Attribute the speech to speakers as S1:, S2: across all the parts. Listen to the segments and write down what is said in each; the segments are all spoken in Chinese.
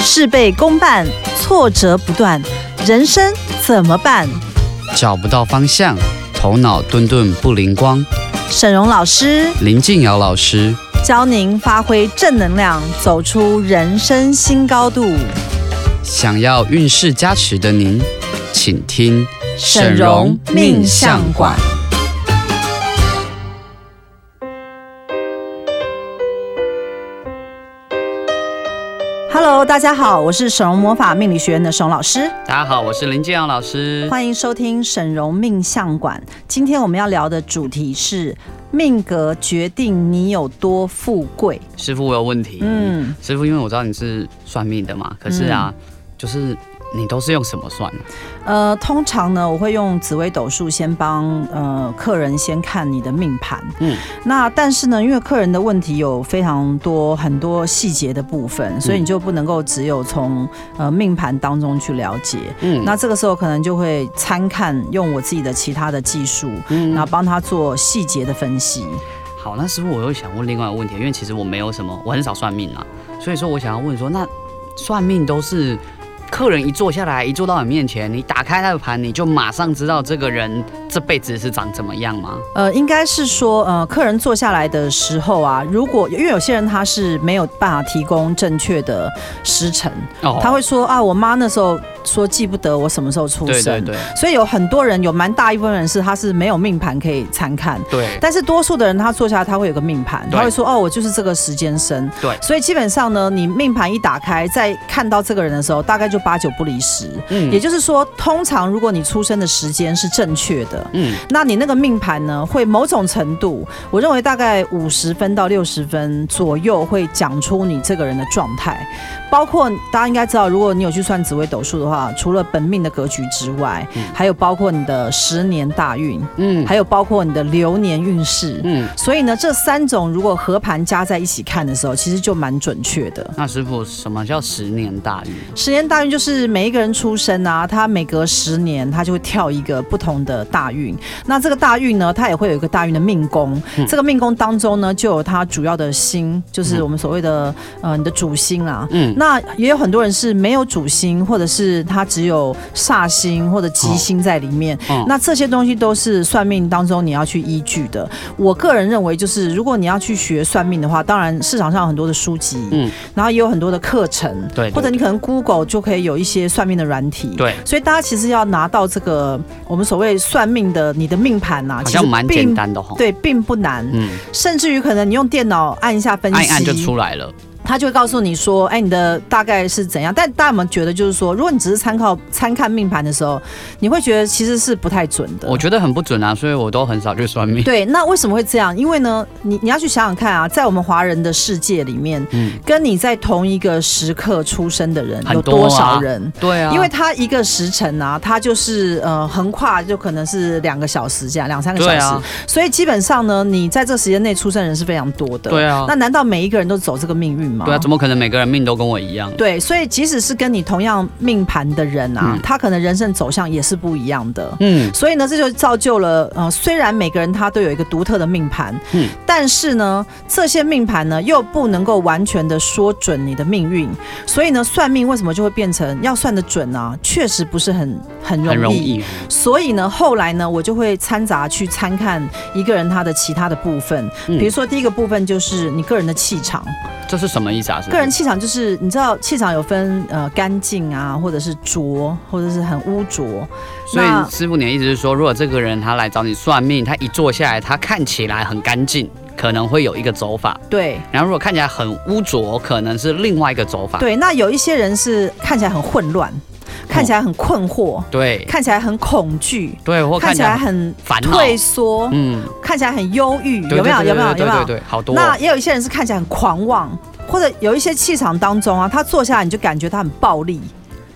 S1: 事倍功半，挫折不断，人生怎么办？
S2: 找不到方向，头脑顿顿不灵光。
S1: 沈荣老师、
S2: 林静瑶老师
S1: 教您发挥正能量，走出人生新高度。
S2: 想要运势加持的您，请听
S1: 沈荣命相馆。Hello， 大家好，我是沈荣魔法命理学院的沈荣老师。
S2: 大家好，我是林建阳老师，
S1: 欢迎收听沈荣命相馆。今天我们要聊的主题是命格决定你有多富贵。
S2: 师傅，我有问题。师傅，因为我知道你是算命的嘛，可是就是你都是用什么算呢？
S1: 通常呢，我会用紫微斗数先帮客人先看你的命盘。那但是呢，因为客人的问题有非常多很多细节的部分，所以你就不能够只有从命盘当中去了解。那这个时候可能就会参看用我自己的其他的技术，然后帮他做细节的分析。
S2: 好，那师傅，我又想问另外一个问题，因为其实我没有什么，我很少算命啊，所以说我想要问说，那算命都是客人一坐下来，一坐到你面前，你打开他的盘，你就马上知道这个人这辈子是长怎么样吗？
S1: 应该是说，客人坐下来的时候啊，如果因为有些人他是没有办法提供正确的时辰，他会说啊，我妈那时候说记不得我什么时候出生，对，所以有很多人有蛮大一部分人是他是没有命盘可以参看，对，但是多数的人他坐下来他会有个命盘，他会说哦，我就是这个时间生，对，所以基本上呢，你命盘一打开，在看到这个人的时候，大概就8、9不离10，也就是说，通常如果你出生的时间是正确的，那你那个命盘呢，会某种程度，我认为大概50分到60分左右，会讲出你这个人的状态。包括大家应该知道，如果你有去算紫微斗数的话，除了本命的格局之外，还有包括你的10年大运，还有包括你的流年运势，所以呢，这3种如果合盘加在一起看的时候，其实就蛮准确的。
S2: 那师傅，什么叫10年大运
S1: ？10年大运就是每一个人出生啊，他每隔10年他就会跳一个不同的大运。那这个大运呢，它也会有一个大运的命宫，这个命宫当中呢，就有它主要的星，就是我们所谓的你的主星啊。那也有很多人是没有主星，或者是他只有煞星或者吉星在里面。那这些东西都是算命当中你要去依据的。我个人认为，就是如果你要去学算命的话，当然市场上有很多的书籍，然后也有很多的课程，对，或者你可能 Google 就可以有一些算命的软体，对，所以大家其实要拿到这个我们所谓算命的你的命盘啊，
S2: 好像蛮简单的哦，
S1: 对，并不难，甚至于可能你用电脑按一下分析，
S2: 按一按就出来了。
S1: 他就会告诉你说，你的大概是怎样。但大家有没有觉得，就是说，如果你只是参看命盘的时候，你会觉得其实是不太准的。我
S2: 觉得很不准啊，所以我都很少去算命。
S1: 对，那为什么会这样？因为呢，你要去想想看啊，在我们华人的世界里面，跟你在同一个时刻出生的人有多少人？对啊，因为他一个时辰啊，他就是横跨就可能是2个小时这样，2、3个小时，所以基本上呢，你在这个时间内出生的人是非常多的。对啊，那难道每一个人都走这个命运？
S2: 对啊，怎么可能每个人命都跟我一样？
S1: 对，所以即使是跟你同样命盘的人啊，他可能人生走向也是不一样的。所以呢，这就造就了虽然每个人他都有一个独特的命盘，但是呢，这些命盘呢又不能够完全的说准你的命运。所以呢，算命为什么就会变成要算得准啊？确实不是很容易。所以呢，后来呢，我就会掺杂去参看一个人他的其他的部分，比如说第一个部分就是你个人的气场。
S2: 这是什么意思啊？
S1: 个人气场就是你知道气场有分干净啊，或者是浊，或者是很污浊。
S2: 所以师傅，你的意思是说，如果这个人他来找你算命，他一坐下来，他看起来很干净，可能会有一个走法。对。然后如果看起来很污浊，可能是另外一个走法。
S1: 对。那有一些人是看起来很混乱，看起来很困惑，对，看起来很恐惧，对，或看起来很退缩，看起来很忧郁，有没有？
S2: 对，好多。
S1: 那也有一些人是看起来很狂妄，或者有一些气场当中啊，他坐下来你就感觉他很暴力。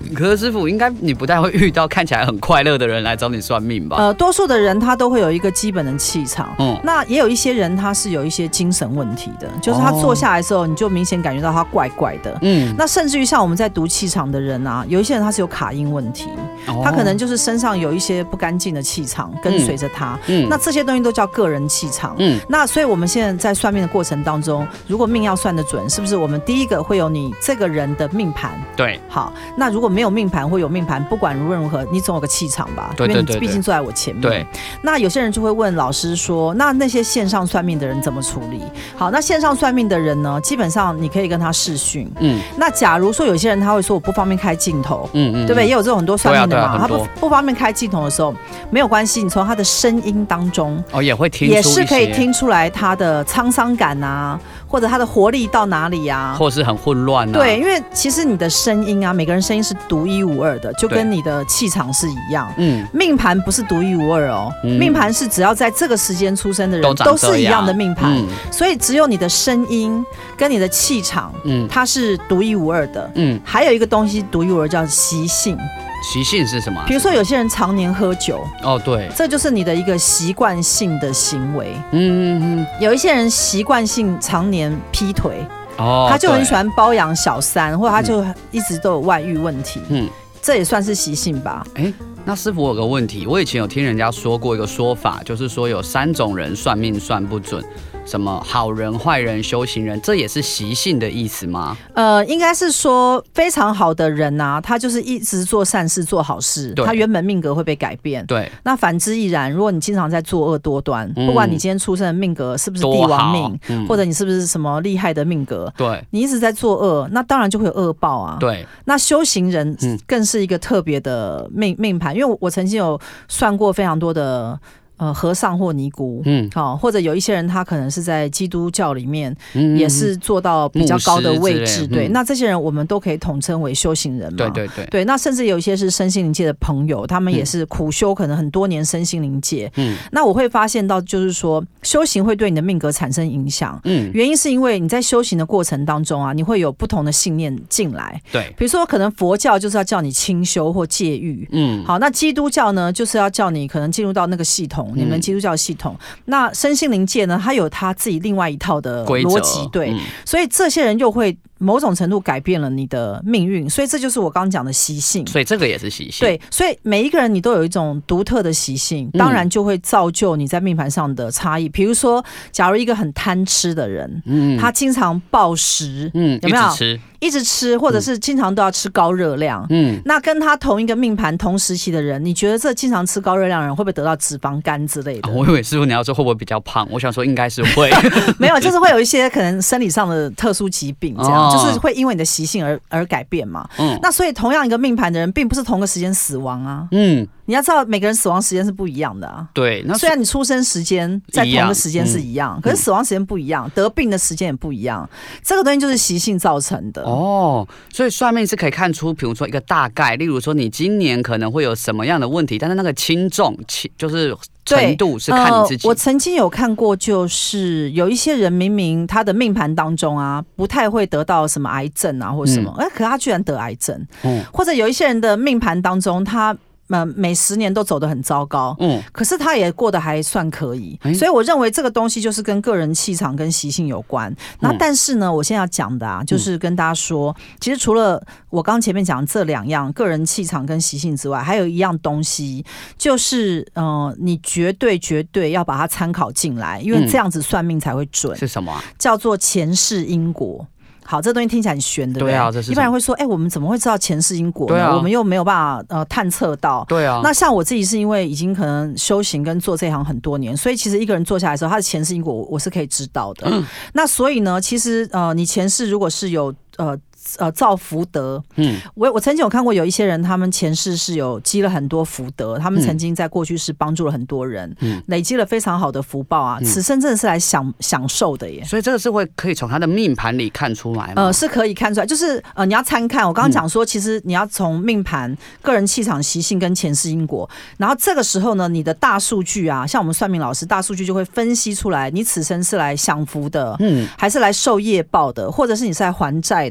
S2: 可是师傅，应该你不太会遇到看起来很快乐的人来找你算命吧？
S1: 多数的人他都会有一个基本的气场，那也有一些人他是有一些精神问题的，就是他坐下来的时候，你就明显感觉到他怪怪的。那甚至于像我们在读气场的人啊，有一些人他是有卡音问题，他可能就是身上有一些不干净的气场跟随着他，那这些东西都叫个人气场。那所以我们现在在算命的过程当中，如果命要算得准，是不是我们第一个会有你这个人的命盘？
S2: 对，
S1: 好，那如果没有命盘或有命盘，不管无论如何，你总有个气场吧？对，因为你毕竟坐在我前面。
S2: 对，
S1: 那有些人就会问老师说，那些线上算命的人怎么处理？好，那线上算命的人呢，基本上你可以跟他视讯。那假如说有些人他会说我不方便开镜头，对不对？也有这种很多算命的嘛，他不方便开镜头的时候，没有关系，你从他的声音当中
S2: 也会听出
S1: 也是可以听出来他的沧桑感啊，或者他的活力到哪里啊，
S2: 或是很混乱啊。
S1: 对，因为其实你的声音啊，每个人声音是独一无二的，就跟你的气场是一样。命盘不是独一无二哦，命盘是只要在这个时间出生的人都是一样的命盘，所以只有你的声音跟你的气场，它是独一无二的。还有一个东西独一无二叫习性。
S2: 习性是什么？
S1: 比如说有些人常年喝酒，
S2: 对，
S1: 这就是你的一个习惯性的行为。有一些人习惯性常年劈腿，他就很喜欢包养小三，或者他就一直都有外遇问题。这也算是习性吧。
S2: 那师傅我有个问题，我以前有听人家说过一个说法，就是说有3种人算命算不准，什么好人、坏人、修行人，这也是习性的意思吗？
S1: 应该是说非常好的人啊，他就是一直做善事、做好事，他原本命格会被改变。
S2: 对，
S1: 那反之亦然。如果你经常在作恶多端，不管你今天出生的命格是不是帝王命，或者你是不是什么厉害的命格，
S2: 对，
S1: 你一直在作恶，那当然就会有恶报啊。
S2: 对，
S1: 那修行人更是一个特别的命盘，因为我曾经有算过非常多的和尚或尼姑，或者有一些人他可能是在基督教里面也是做到比较高的位置，对，那这些人我们都可以统称为修行人嘛，对，那甚至有一些是身心灵界的朋友，他们也是苦修可能很多年身心灵界，那我会发现到就是说修行会对你的命格产生影响，原因是因为你在修行的过程当中啊，你会有不同的信念进来，对，比如说可能佛教就是要叫你清修或戒欲，好，那基督教呢就是要叫你可能进入到那个系统。你们基督教系统，那身心灵界呢，它有它自己另外一套的逻辑，对，所以这些人又会某种程度改变了你的命运，所以这就是我刚刚讲的习性。
S2: 所以这个也是习性。
S1: 对，所以每一个人你都有一种独特的习性，当然就会造就你在命盘上的差异。比如说，假如一个很贪吃的人，他经常暴食，有没有？一直吃，或者是经常都要吃高热量，那跟他同一个命盘同时期的人，你觉得这经常吃高热量的人会不会得到脂肪肝之类的？
S2: 我以为师傅你要说会不会比较胖，我想说应该是会，
S1: 没有，就是会有一些可能生理上的特殊疾病，这样、就是会因为你的习性而改变嘛。那所以同样一个命盘的人，并不是同个时间死亡啊。你要知道每个人死亡时间是不一样的啊。
S2: 对，那
S1: 虽然你出生时间在同个时间是一样，可是死亡时间不一样，得病的时间也不一样，这个东西就是习性造成的。
S2: 所以算命是可以看出，比如说一个大概，例如说你今年可能会有什么样的问题，但是那个轻重就是程度是看你自己。
S1: 我曾经有看过，就是有一些人明明他的命盘当中啊，不太会得到什么癌症啊或什么，可他居然得癌症。或者有一些人的命盘当中，他每10年都走得很糟糕，可是他也过得还算可以，所以我认为这个东西就是跟个人气场跟习性有关。那但是呢，我现在要讲的啊，就是跟大家说，其实除了我刚前面讲这2样个人气场跟习性之外，还有一样东西，就是你绝对要把它参考进来，因为这样子算命才会准。
S2: 是什么啊？
S1: 叫做前世因果。好，这东西听起来很玄，对不对？
S2: 对啊，这是
S1: 一般人会说，我们怎么会知道前世因果呢？我们又没有办法探测到。
S2: 对啊。
S1: 那像我自己是因为已经可能修行跟做这行很多年，所以其实一个人做下来的时候，他的前世因果我是可以知道的。那所以呢，其实你前世如果是有造福德，我曾经有看过有一些人，他们前世是有积了很多福德，他们曾经在过去是帮助了很多人，累积了非常好的福报啊，此生真的是来享受的耶。
S2: 所以这个是可以从他的命盘里看出来吗？
S1: 是可以看出来，就是你要参看。我刚刚讲说，其实你要从命盘、个人气场、习性跟前世因果，然后这个时候呢，你的大数据啊，像我们算命老师，大数据就会分析出来，你此生是来享福的，还是来受业报的，或者是你是来还债的，或者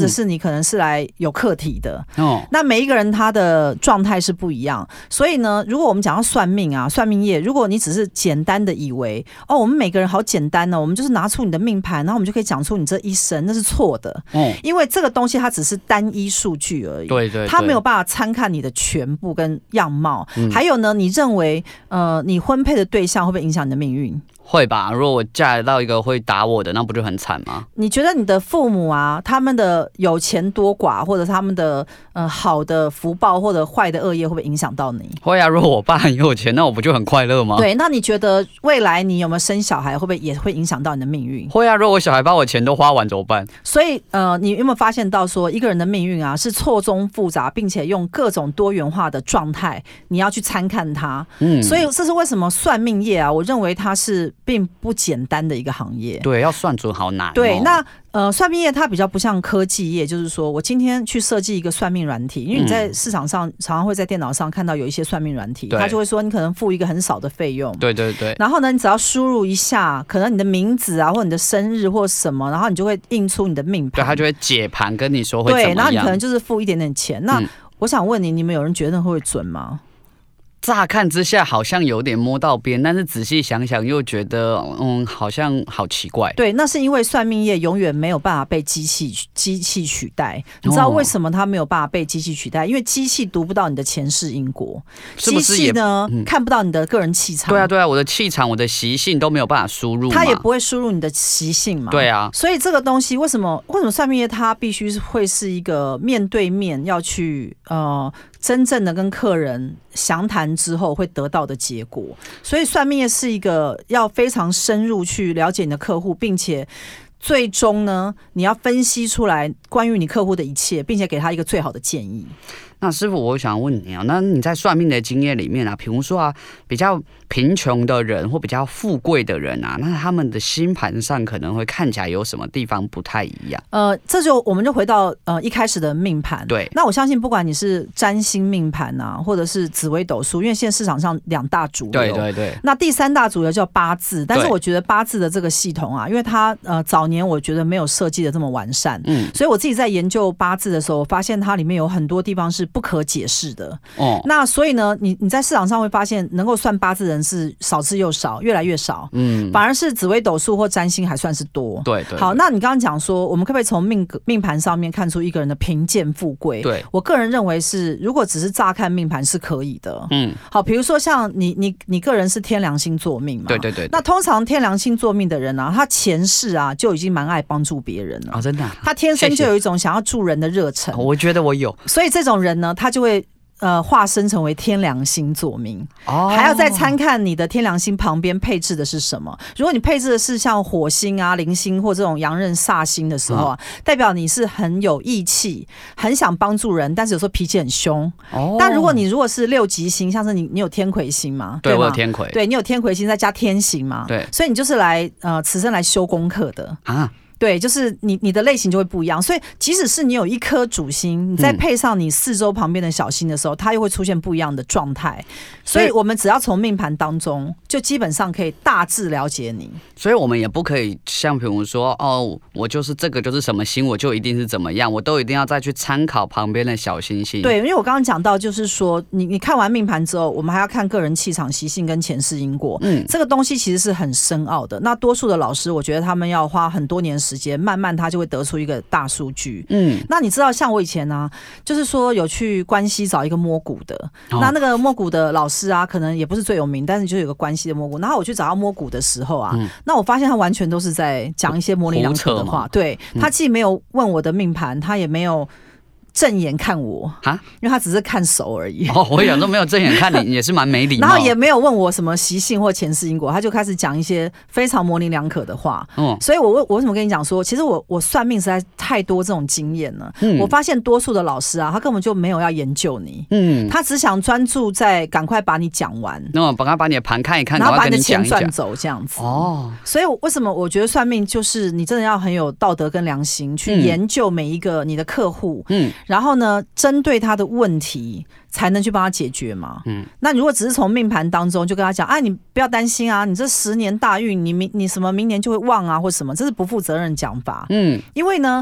S1: 是你可能是来有课题的。那每一个人他的状态是不一样，所以呢，如果我们讲到算命啊，算命业，如果你只是简单的以为我们每个人好简单哦，我们就是拿出你的命盘，然后我们就可以讲出你这一生，那是错的。因为这个东西它只是单一数据而已，对，它没有办法参看你的全部跟样貌。还有呢，你认为你婚配的对象会不会影响你的命运？
S2: 会吧，如果我嫁到一个会打我的，那不就很惨吗？
S1: 你觉得你的父母啊，他们的有钱多寡，或者他们的好的福报或者坏的恶业，会不会影响到你？
S2: 会啊，如果我爸很有钱，那我不就很快乐吗？
S1: 对，那你觉得未来你有没有生小孩，会不会也会影响到你的命运？
S2: 会啊，如果我小孩把我钱都花完怎么办？
S1: 所以你有没有发现到说，一个人的命运啊是错综复杂，并且用各种多元化的状态，你要去参看它。所以这是为什么算命业啊，我认为它是并不简单的一个行业。
S2: 对，要算准好难。
S1: 对，那算命业它比较不像科技业，就是说我今天去设计一个算命软体，因为你在市场上常常会在电脑上看到有一些算命软体，他就会说你可能付一个很少的费用，
S2: 对，
S1: 然后呢，你只要输入一下，可能你的名字啊，或你的生日或什么，然后你就会印出你的命盘，
S2: 对，他就会解盘跟你说会怎么样，
S1: 对，然后你可能就是付一点点钱。那我想问你们有人觉得会准吗？
S2: 乍看之下好像有点摸到边，但是仔细想想又觉得，好像好奇怪。
S1: 对，那是因为算命业永远没有办法被机器取代。你知道为什么它没有办法被机器取代？因为机器读不到你的前世因果，机器呢看不到你的个人气场。
S2: 对啊，我的气场、我的习性都没有办法输入嘛，
S1: 它也不会输入你的习性嘛。
S2: 对啊，
S1: 所以这个东西为什么算命业它必须会是一个面对面要去真正的跟客人详谈之后会得到的结果，所以算命业是一个要非常深入去了解你的客户，并且最终呢，你要分析出来关于你客户的一切，并且给他一个最好的建议。
S2: 那师傅，我想问你啊，那你在算命的经验里面啊，比如说啊，比较贫穷的人或比较富贵的人啊，那他们的星盘上可能会看起来有什么地方不太一样？
S1: 我们就回到一开始的命盘。
S2: 对，
S1: 那我相信不管你是占星命盘啊，或者是紫微斗数，因为现在市场上2大主流，
S2: 对。
S1: 那第3大主流叫八字，但是我觉得八字的这个系统啊，因为它早年我觉得没有设计的这么完善，所以我自己在研究八字的时候，我发现它里面有很多地方是不可解释的。那所以呢，你在市场上会发现，能够算八字的人是少之又少，越来越少。反而是紫微斗数或占星还算是多。
S2: 对。
S1: 好，那你刚刚讲说，我们可不可以从命盘上面看出一个人的贫贱富贵？
S2: 对，
S1: 我个人认为是，如果只是乍看命盘是可以的。好，比如说像你个人是天梁星坐命嘛？
S2: 对。
S1: 那通常天梁星坐命的人啊，他前世啊就已经蛮爱帮助别人了。
S2: 真的。
S1: 他天生就有一种想要助人的热忱。
S2: 我觉得我有。
S1: 所以这种人呢，他就会化身成为天梁星坐命，还要再参看你的天梁星旁边配置的是什么。如果你配置的是像火星啊、铃星或这种阳刃煞星的时候啊，代表你是很有义气，很想帮助人，但是有时候脾气很凶。但如果是6吉星，像是你有天魁星嘛？
S2: 对，我有天魁。
S1: 对，你有天魁星再加天刑嘛？
S2: 对，
S1: 所以你就是来此生来修功课的啊。对，就是你的类型就会不一样，所以即使是你有一颗主星，你再配上你四周旁边的小星的时候，它又会出现不一样的状态。所以我们只要从命盘当中，就基本上可以大致了解你。
S2: 所以我们也不可以像比如说我就是这个就是什么星，我就一定是怎么样，我都一定要再去参考旁边的小星星。
S1: 对，因为我刚刚讲到，就是说你看完命盘之后，我们还要看个人气场、习性跟前世因果。这个东西其实是很深奥的。那多数的老师，我觉得他们要花很多年时间，慢慢他就会得出一个大数据。那你知道像我以前呢，就是说有去关西找一个摸骨的，那个摸骨的老师啊，可能也不是最有名，但是就有个关西的摸骨。然后我去找他摸骨的时候啊，那我发现他完全都是在讲一些模棱两可的话。对，他既没有问我的命盘，他也没有正眼看我啊，因为他只是看手而已。
S2: 我想说没有正眼看你也是蛮没礼貌。
S1: 然后也没有问我什么习性或前世因果，他就开始讲一些非常模棱两可的话。所以我为什么跟你讲说，其实我算命实在太多这种经验了。我发现多数的老师啊，他根本就没有要研究你，他只想专注在赶快把你讲完，
S2: 把你的盘看一看，
S1: 然后把你的钱赚走这样子。所以为什么我觉得算命就是你真的要很有道德跟良心，去研究每一个你的客户。然后呢，针对他的问题才能去帮他解决嘛。那如果只是从命盘当中就跟他讲，你不要担心啊，你这10年大运，你什么明年就会旺啊，或什么，这是不负责任讲法。因为呢，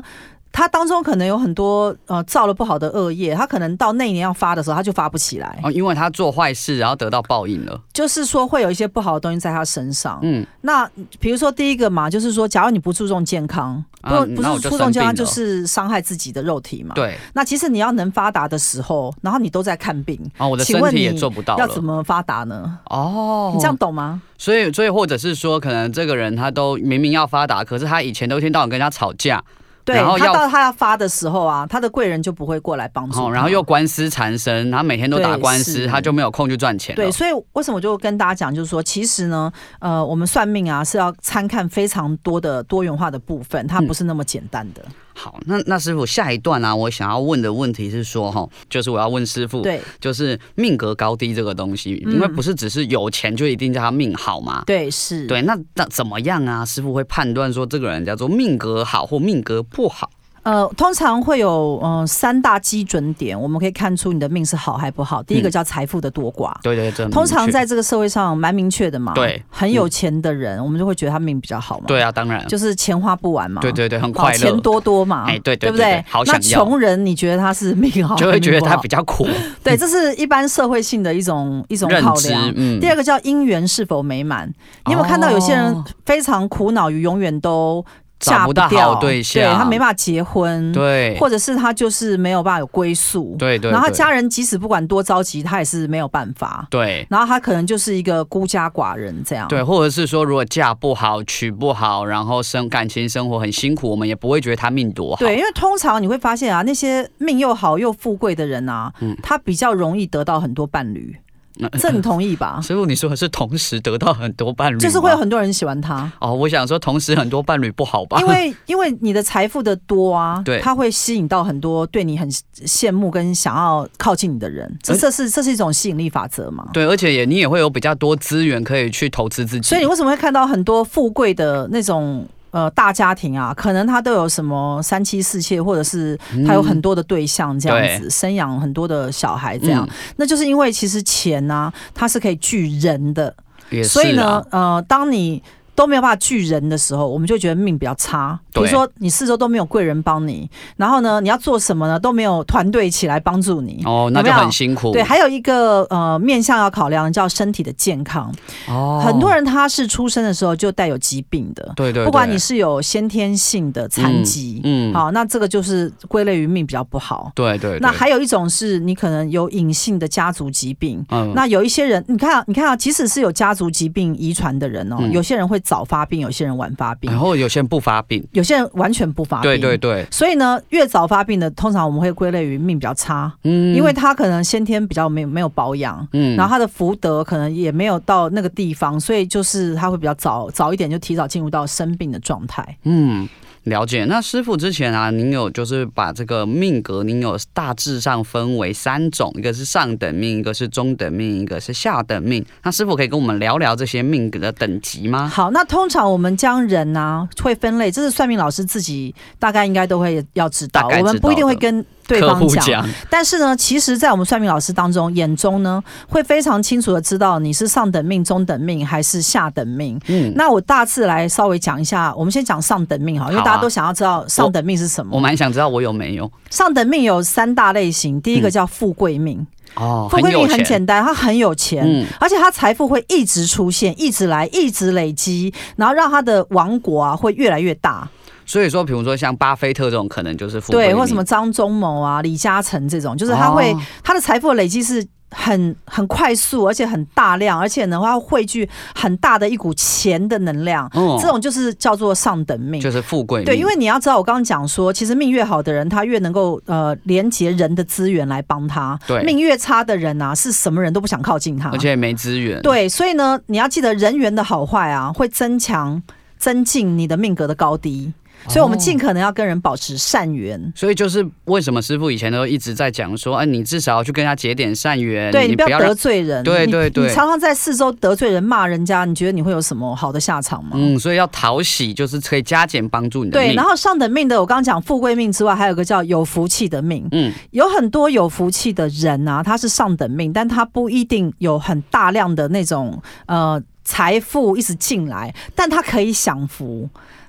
S1: 他当中可能有很多造了不好的恶业，他可能到那一年要发的时候，他就发不起来
S2: 因为他做坏事，然后得到报应了。
S1: 就是说会有一些不好的东西在他身上。那比如说第一个嘛，就是说，假如你不注重健康，不是注重健康，就是伤害自己的肉体嘛。
S2: 对。
S1: 那其实你要能发达的时候，然后你都在看病，
S2: 我的身体也做不到了，
S1: 要怎么发达呢？你这样懂吗？
S2: 所以或者是说，可能这个人他都明明要发达，可是他以前都一天到晚跟人家吵架。
S1: 对，然后他要发的时候啊，他的贵人就不会过来帮助他，
S2: 然后又官司缠身，他每天都打官司，他就没有空去赚钱了。
S1: 对，所以为什么我就跟大家讲，就是说，其实呢，我们算命啊是要参看非常多的多元化的部分，它不是那么简单的。
S2: 好，那师傅下一段啊，我想要问的问题是说，就是我要问师傅，
S1: 对，
S2: 就是命格高低这个东西，因为不是只是有钱就一定叫他命好嘛？
S1: 对，是。
S2: 对，那怎么样啊？师傅会判断说这个人叫做命格好或命格不好？
S1: 通常会有3大基准点，我们可以看出你的命是好还不好。第一个叫财富的多寡，
S2: 对，
S1: 通常在这个社会上蛮明确的嘛。
S2: 对，
S1: 很有钱的人，我们就会觉得他命比较好嘛。
S2: 对啊，当然，
S1: 就是钱花不完嘛。
S2: 对，很快乐，
S1: 钱多嘛。
S2: 对
S1: 不对？
S2: 好想要。
S1: 那穷人，你觉得他是命好，
S2: 就会觉得他比较苦。
S1: 对，这是一般社会性的一种考量。第二个叫姻缘是否美满，你有没有看到有些人非常苦恼于永远都
S2: 找不到好对象，
S1: 对，他没办法结婚，
S2: 对，
S1: 或者是他就是没有办法有归宿，
S2: 对，
S1: 然后他家人即使不管多着急，他也是没有办法，
S2: 对，
S1: 然后他可能就是一个孤家寡人这样，
S2: 对，或者是说如果嫁不好、娶不好，然后感情生活很辛苦，我们也不会觉得他命多好，
S1: 对，因为通常你会发现啊，那些命又好又富贵的人啊，他比较容易得到很多伴侣。这你同意吧？
S2: 师傅，你说的是同时得到很多伴侣，
S1: 就是会有很多人喜欢他。
S2: 我想说同时很多伴侣不好吧？
S1: 因为你的财富的多啊，
S2: 对，
S1: 他会吸引到很多对你很羡慕跟想要靠近你的人，这是一种吸引力法则嘛？
S2: 对，而且你也会有比较多资源可以去投资自己。
S1: 所以你为什么会看到很多富贵的那种？大家庭啊，可能他都有什么3妻4妾，或者是他有很多的对象这样子，生养很多的小孩这样，那就是因为其实钱啊，它是可以聚人的，所以呢，当你都没有办法聚人的时候，我们就觉得命比较差。比如说你四周都没有贵人帮你，然后呢，你要做什么呢，都没有团队一起来帮助你，
S2: 那就很辛苦。
S1: 对，还有一个面向要考量的叫身体的健康。很多人他是出生的时候就带有疾病的，
S2: 对，
S1: 不管你是有先天性的残疾，好，那这个就是归类于命比较不好。
S2: 对。
S1: 那还有一种是你可能有隐性的家族疾病，那有一些人，你看啊，即使是有家族疾病遗传的人有些人会早发病，有些人晚发病，
S2: 然后有些人不发病，
S1: 有些人完全不发病。
S2: 对。
S1: 所以呢，越早发病的，通常我们会归类于命比较差，因为他可能先天比较没有保养，然后他的福德可能也没有到那个地方，所以就是他会比较早一点就提早进入到生病的状态。
S2: 了解。那师傅之前啊，您有就是把这个命格，您有大致上分为3种，一个是上等命，一个是中等命，一个是下等命。那师傅可以跟我们聊聊这些命格的等级吗？
S1: 好，那通常我们将人啊会分类，这是算命老师自己大概应该都会要知道，我们不一定会跟对方讲，但是呢，其实在我们算命老师当中眼中呢，会非常清楚的知道你是上等命、中等命还是下等命。那我大致来稍微讲一下，我们先讲上等命好，因为大家都想要知道上等命是什么。
S2: 我蛮想知道我有没有。
S1: 上等命有3大类型，第一个叫富贵命。富贵命很简单，他很有钱，而且他财富会一直出现，一直来，一直累积，然后让他的王国啊会越来越大。
S2: 所以说，比如说像巴菲特这种，可能就是富贵命，
S1: 对，或什么张忠谋啊、李嘉诚这种，就是他的财富的累积是很快速，而且很大量，而且呢，它汇聚很大的一股钱的能量，这种就是叫做上等命，
S2: 就是富贵命。
S1: 对，因为你要知道，我刚刚讲说，其实命越好的人，他越能够连接人的资源来帮他；
S2: 对，
S1: 命越差的人啊，是什么人都不想靠近他，
S2: 而且没资源。对，
S1: 所以呢，你要记得人缘的好坏啊，会增进你的命格的高低。所以我们尽可能要跟人保持善缘。
S2: 所以就是为什么师父以前都一直在讲说，你至少要去跟他结点善缘，
S1: 对，你不要得罪人。
S2: 对，
S1: 你常常在四周得罪人、骂人家，你觉得你会有什么好的下场吗？
S2: 所以要讨喜，就是可以加减帮助你的命。
S1: 对，然后上等命的，我刚刚讲富贵命之外，还有一个叫有福气的命。有很多有福气的人啊，他是上等命，但他不一定有很大量的那种财富一直进来，但他可以享福。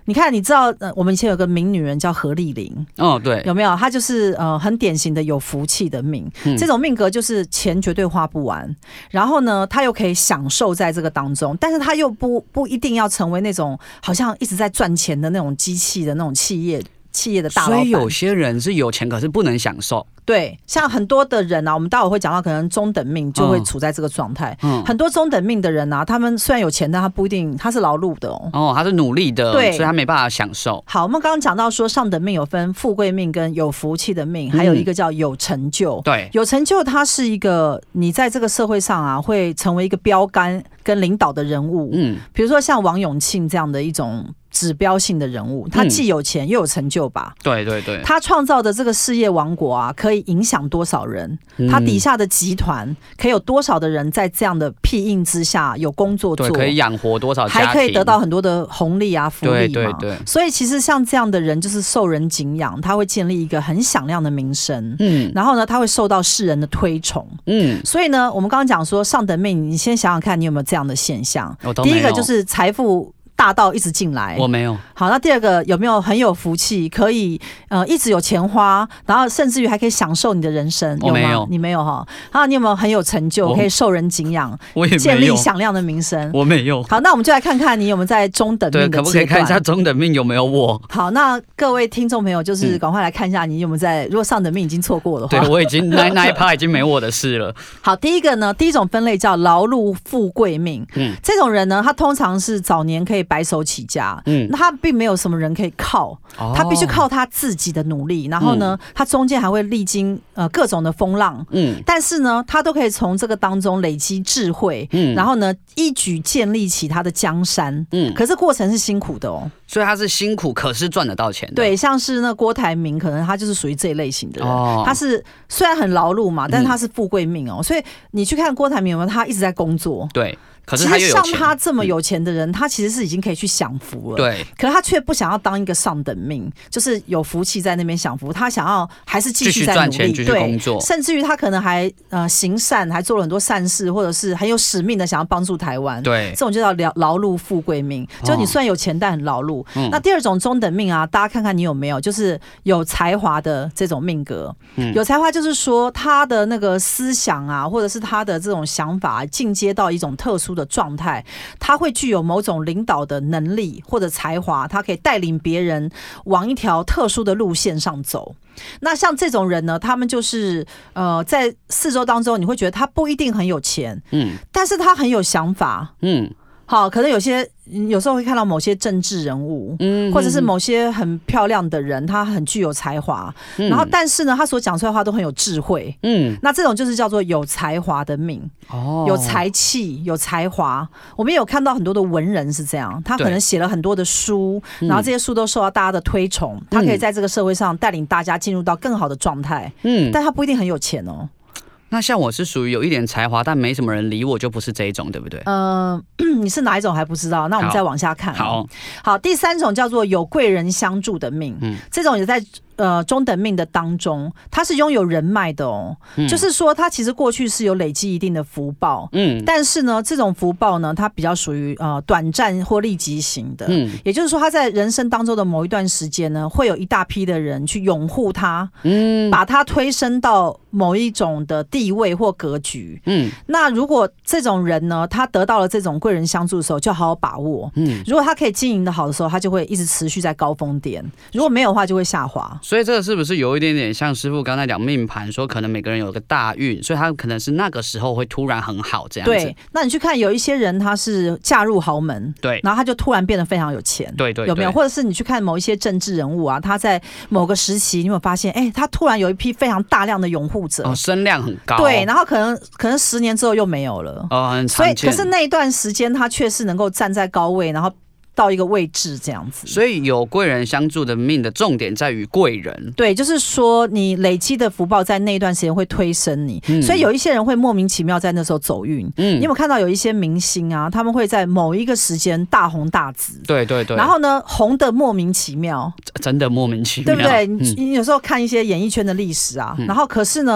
S1: 你看，你知道我们以前有个名女人叫何丽玲，
S2: 对，
S1: 有没有？她就是很典型的有福气的命，这种命格就是钱绝对花不完，然后呢，她又可以享受在这个当中，但是她又不一定要成为那种好像一直在赚钱的那种机器的那种企业的大老板。
S2: 所以有些人是有钱，可是不能享受。
S1: 对，像很多的人啊，我们待会会讲到，可能中等命就会处在这个状态。很多中等命的人啊，他们虽然有钱，但他不一定他是劳碌的
S2: 他是努力的，
S1: 对，
S2: 所以他没办法享受。
S1: 好，我们刚刚讲到说，上等命有分富贵命跟有福气的命，还有一个叫有成就。
S2: 对，
S1: 有成就，它是一个你在这个社会上啊，会成为一个标杆跟领导的人物。比如说像王永庆这样的一种指标性的人物，他既有钱又有成就吧？
S2: 对对对，
S1: 他创造的这个事业王国啊，可以影响多少人？他底下的集团可以有多少的人在这样的庇荫之下有工作做？
S2: 对，可以养活多少家庭？
S1: 还可以得到很多的红利啊、福利嘛。
S2: 对对对。
S1: 所以其实像这样的人，就是受人敬仰，他会建立一个很响亮的名声。然后呢，他会受到世人的推崇。所以呢，我们刚刚讲说上等命，你先想想看，你有没有这样的现象？第一个就是财富大到一直进来，
S2: 我没有。
S1: 好，那第二个有没有很有福气，可以一直有钱花，然后甚至于还可以享受你的人生？
S2: 我没有，
S1: 你没有哈。然后你有没有很有成就，可以受人敬仰，
S2: 我也没有，
S1: 建立响亮的名声？
S2: 我没有。
S1: 好，那我们就来看看你有没有在中等命的阶段，
S2: 对，可不可以看一下中等命有没有我？
S1: 好，那各位听众朋友，就是赶快来看一下你有没有在，如果上等命已经错过的话，
S2: 对我已经那一趴已经没我的事了。
S1: 好，第一种分类叫劳碌富贵命。这种人呢，他通常是早年可以白手起家。那他并没有什么人可以靠，他必须靠他自己的努力，然后呢，他中间还会历经各种的风浪，但是呢，他都可以从这个当中累积智慧，然后呢，一举建立起他的江山，可是过程是辛苦的
S2: 所以他是辛苦，可是赚得到钱的。
S1: 对，像是那郭台铭，可能他就是属于这一类型的人，他是虽然很劳碌嘛，但是他是富贵命所以你去看郭台铭有没有，他一直在工作，
S2: 对。可是他又有钱，
S1: 其实像他这么有钱的人，他其实是已经可以去享福了。
S2: 对，
S1: 可是他却不想要当一个上等命，就是有福气在那边享福，他想要还是继续在努力，
S2: 继续工作，
S1: 甚至于他可能还行善，还做了很多善事，或者是很有使命的想要帮助台湾。
S2: 对，
S1: 这种就叫劳碌富贵命，就你虽然有钱，但很劳碌。那第二种中等命啊，大家看看你有没有，就是有才华的这种命格。有才华就是说他的那个思想啊，或者是他的这种想法进阶到一种特殊的状态。他会具有某种领导的能力或者才华，他可以带领别人往一条特殊的路线上走。那像这种人呢，他们就是在四周当中，你会觉得他不一定很有钱，但是他很有想法，好，可能有时候会看到某些政治人物，或者是某些很漂亮的人，他很具有才华，然后但是呢，他所讲出来的话都很有智慧，那这种就是叫做有才华的命，有才气，有才华。我们也有看到很多的文人是这样，他可能写了很多的书，然后这些书都受到大家的推崇，他可以在这个社会上带领大家进入到更好的状态，但他不一定很有钱
S2: 那像我是属于有一点才华，但没什么人理我，就不是这一种，对不对？
S1: 你是哪一种还不知道？那我们再往下看。好，第三种叫做有贵人相助的命，这种也在中等命的当中，他是拥有人脉的就是说他其实过去是有累积一定的福报，但是呢，这种福报呢，它比较属于短暂或立即型的，也就是说他在人生当中的某一段时间呢，会有一大批的人去拥护他，把他推升到某一种的地位或格局，那如果这种人呢，他得到了这种贵人相助的时候，就好好把握，如果他可以经营的好的时候，他就会一直持续在高峰点，如果没有的话，就会下滑。
S2: 所以这个是不是有一点点像师傅刚才讲命盘说，可能每个人有个大运，所以他可能是那个时候会突然很好这样子。
S1: 对，那你去看有一些人他是嫁入豪门，
S2: 对，
S1: 然后他就突然变得非常有钱，
S2: 对，
S1: 有没有？或者是你去看某一些政治人物啊，他在某个时期，你有没有发现，他突然有一批非常大量的拥护者，
S2: 声量很高，
S1: 对，然后可能10年之后又没有了，
S2: 很常见。
S1: 所以可是那一段时间他却是能够站在高位，然后到一个位置这样子。
S2: 所以有贵人相助的命的重点在于贵人，
S1: 对，就是说你累积的福报在那一段时间会推升你，所以有一些人会莫名其妙在那时候走运。你有没有看到有一些明星啊，他们会在某一个时间大红大紫，
S2: 对对对，
S1: 然后呢红的莫名其妙，
S2: 真的莫名其妙，
S1: 对不对？你有时候看一些演艺圈的历史啊，然后可是呢，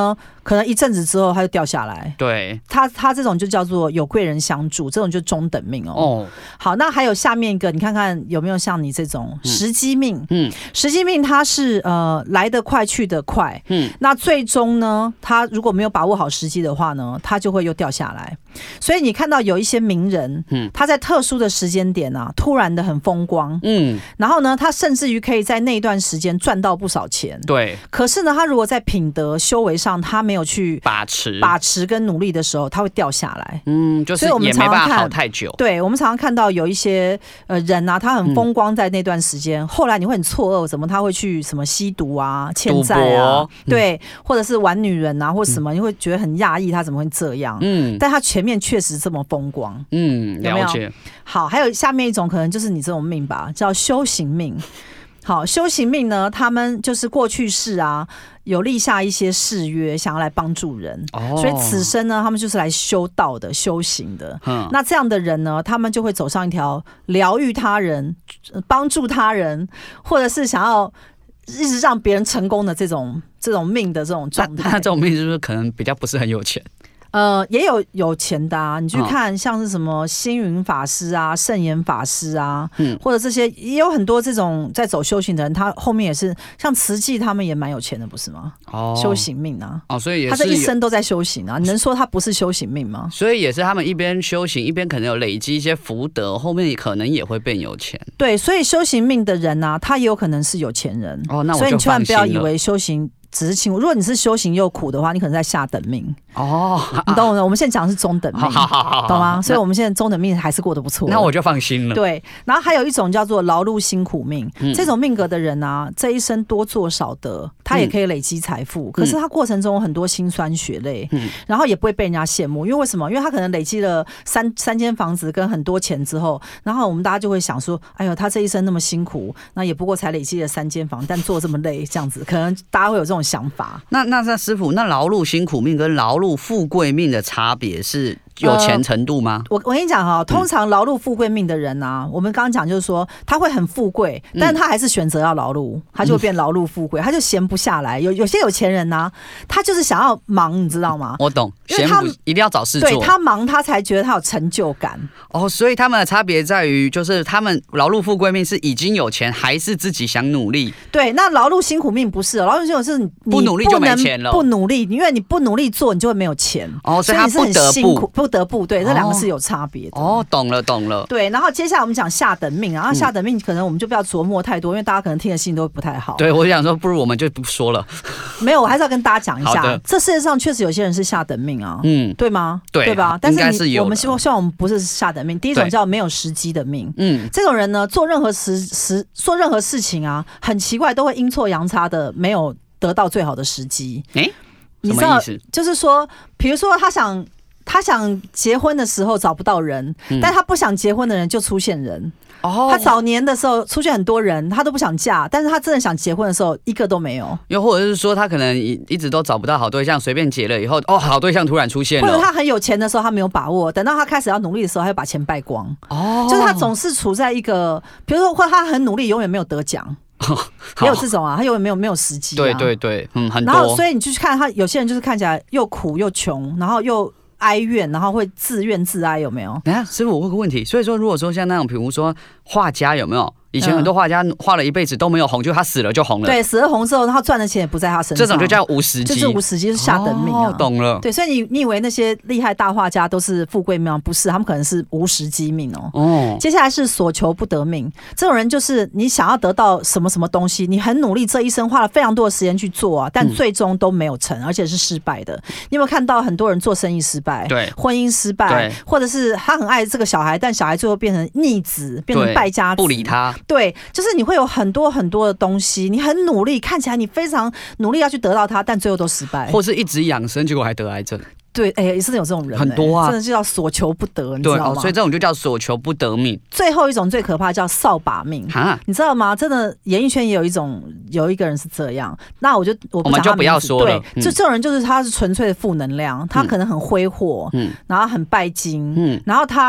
S1: 可能一阵子之后他就掉下来。
S2: 对，
S1: 他这种就叫做有贵人相助，这种就中等命哦。好，那还有下面一个，你看看有没有像你这种时机命？时机命它是来得快去得快，那最终呢，他如果没有把握好时机的话呢，他就会又掉下来。所以你看到有一些名人，他在特殊的时间点啊，突然的很风光，然后呢，他甚至于可以在那一段时间赚到不少钱。
S2: 对。
S1: 可是呢，他如果在品德修为上，他没有去把持跟努力的时候，他会掉下来。
S2: 就是也没办法好太久。
S1: 对，我们常常看到有一些人啊，他很风光在那段时间，后来你会很错愕，怎么他会去什么吸毒啊、欠债啊，对，或者是玩女人啊，或什么，你会觉得很讶异，他怎么会这样？但他前面确实这么风光。
S2: 了解。
S1: 好，还有下面一种可能就是你这种命吧，叫修行命。好，修行命呢，他们就是过去世啊，有立下一些誓约，想要来帮助人，所以此生呢，他们就是来修道的、修行的。那这样的人呢，他们就会走上一条疗愈他人、帮助他人，或者是想要一直让别人成功的这种命的这种状态。
S2: 那这种命是不是可能比较不是很有钱？
S1: 也有钱的啊，你去看像是什么星云法师啊、圣严法师啊，或者这些也有很多这种在走修行的人，他后面也是像慈济他们也蛮有钱的，不是吗？修行命啊，
S2: 所以也是
S1: 他这一生都在修行啊，你能说他不是修行命吗？
S2: 所以也是他们一边修行一边可能有累积一些福德，后面可能也会变有钱。对，
S1: 所以修行命的人啊，他也有可能是有钱人。
S2: 那我就
S1: 所以你千万不要以为修行只是轻，如果你是修行又苦的话，你可能在下等命。你懂我？我们现在讲的是中等命，懂吗？所以我们现在中等命还是过得不错。
S2: 那我就放心了。
S1: 对，然后还有一种叫做劳碌辛苦命，这种命格的人啊，这一生多做少得，他也可以累积财富，可是他过程中有很多辛酸血泪，然后也不会被人家羡慕，因为为什么？因为他可能累积了三间房子跟很多钱之后，然后我们大家就会想说，哎呦，他这一生那么辛苦，那也不过才累积了3间房，但做这么累，这样子，可能大家会有这种想法。
S2: 那师傅，那劳碌辛苦命跟劳碌富贵命的差别是有钱程度吗？
S1: 我跟你讲哈，通常劳碌富贵命的人啊，我们刚刚讲就是说他会很富贵，但是他还是选择要劳碌，他就会变劳碌富贵，他就闲不下来。有些有钱人啊，他就是想要忙，你知道吗？
S2: 我懂，因为他一定要找事做，
S1: 对，他忙他才觉得他有成就感。
S2: 所以他们的差别在于，就是他们劳碌富贵命是已经有钱，还是自己想努力？对，
S1: 那劳碌辛苦命不是，劳碌辛苦是你
S2: 不努力就没钱了，
S1: 不努力，因为你不努力做，你就会没有钱。
S2: 所以他不得不。
S1: 不得不，对，这两个是有差别的。
S2: 懂了。
S1: 对，然后接下来我们讲下等命，然后下等命可能我们就不要琢磨太多，因为大家可能听的心都不太好。
S2: 对，我想说，不如我们就不说了。
S1: 没有，我还是要跟大家讲一下，这世界上确实有些人是下等命啊，对吗？对吧？但是我们希望我们不是下等命。第一种叫没有时机的命，这种人呢，做任何事情啊，很奇怪，都会阴错阳差的没有得到最好的时机。你知道，就是说，比如说他想结婚的时候找不到人，但他不想结婚的人就出现人。他早年的时候出现很多人，他都不想嫁，但是他真的想结婚的时候，一个都没有。又或者是说，他可能一直都找不到好对象，随便结了以后，好对象突然出现了。或者他很有钱的时候，他没有把握，等到他开始要努力的时候，他就把钱败光。就是他总是处在一个，比如说，或他很努力，永远没有得奖。也有这种啊，他永远没有时机。对，很多。然后，所以你就去看他，有些人就是看起来又苦又穷，然后又哀怨，然后会自怨自艾，有没有？等一下，师傅，我问个问题。所以说，如果说像那种，比如说画家，有没有？以前很多画家画了一辈子都没有红，就他死了就红了。对，死了红之后，他赚的钱也不在他身上。这种就叫无时机，就是无时机，是下等命啊。懂了。对，所以你以为那些厉害大画家都是富贵命吗？不是，他们可能是无时机命哦。接下来是所求不得命，这种人就是你想要得到什么什么东西，你很努力，这一生花了非常多的时间去做啊，但最终都没有成，而且是失败的。你有没有看到很多人做生意失败，对，婚姻失败，或者是他很爱这个小孩，但小孩最后变成逆子，变成败家子，不理他。对，就是你会有很多很多的东西，你很努力，看起来你非常努力要去得到它，但最后都失败，或是一直养生，结果还得癌症。对，也是有这种人，很多啊，真的就叫所求不得，你知道吗？所以这种就叫所求不得命。最后一种最可怕叫扫把命，你知道吗？真的，演艺圈也有一个人是这样。那我们就不要说了。对，这种人就是他是纯粹的负能量，他可能很挥霍，然后很拜金，然后他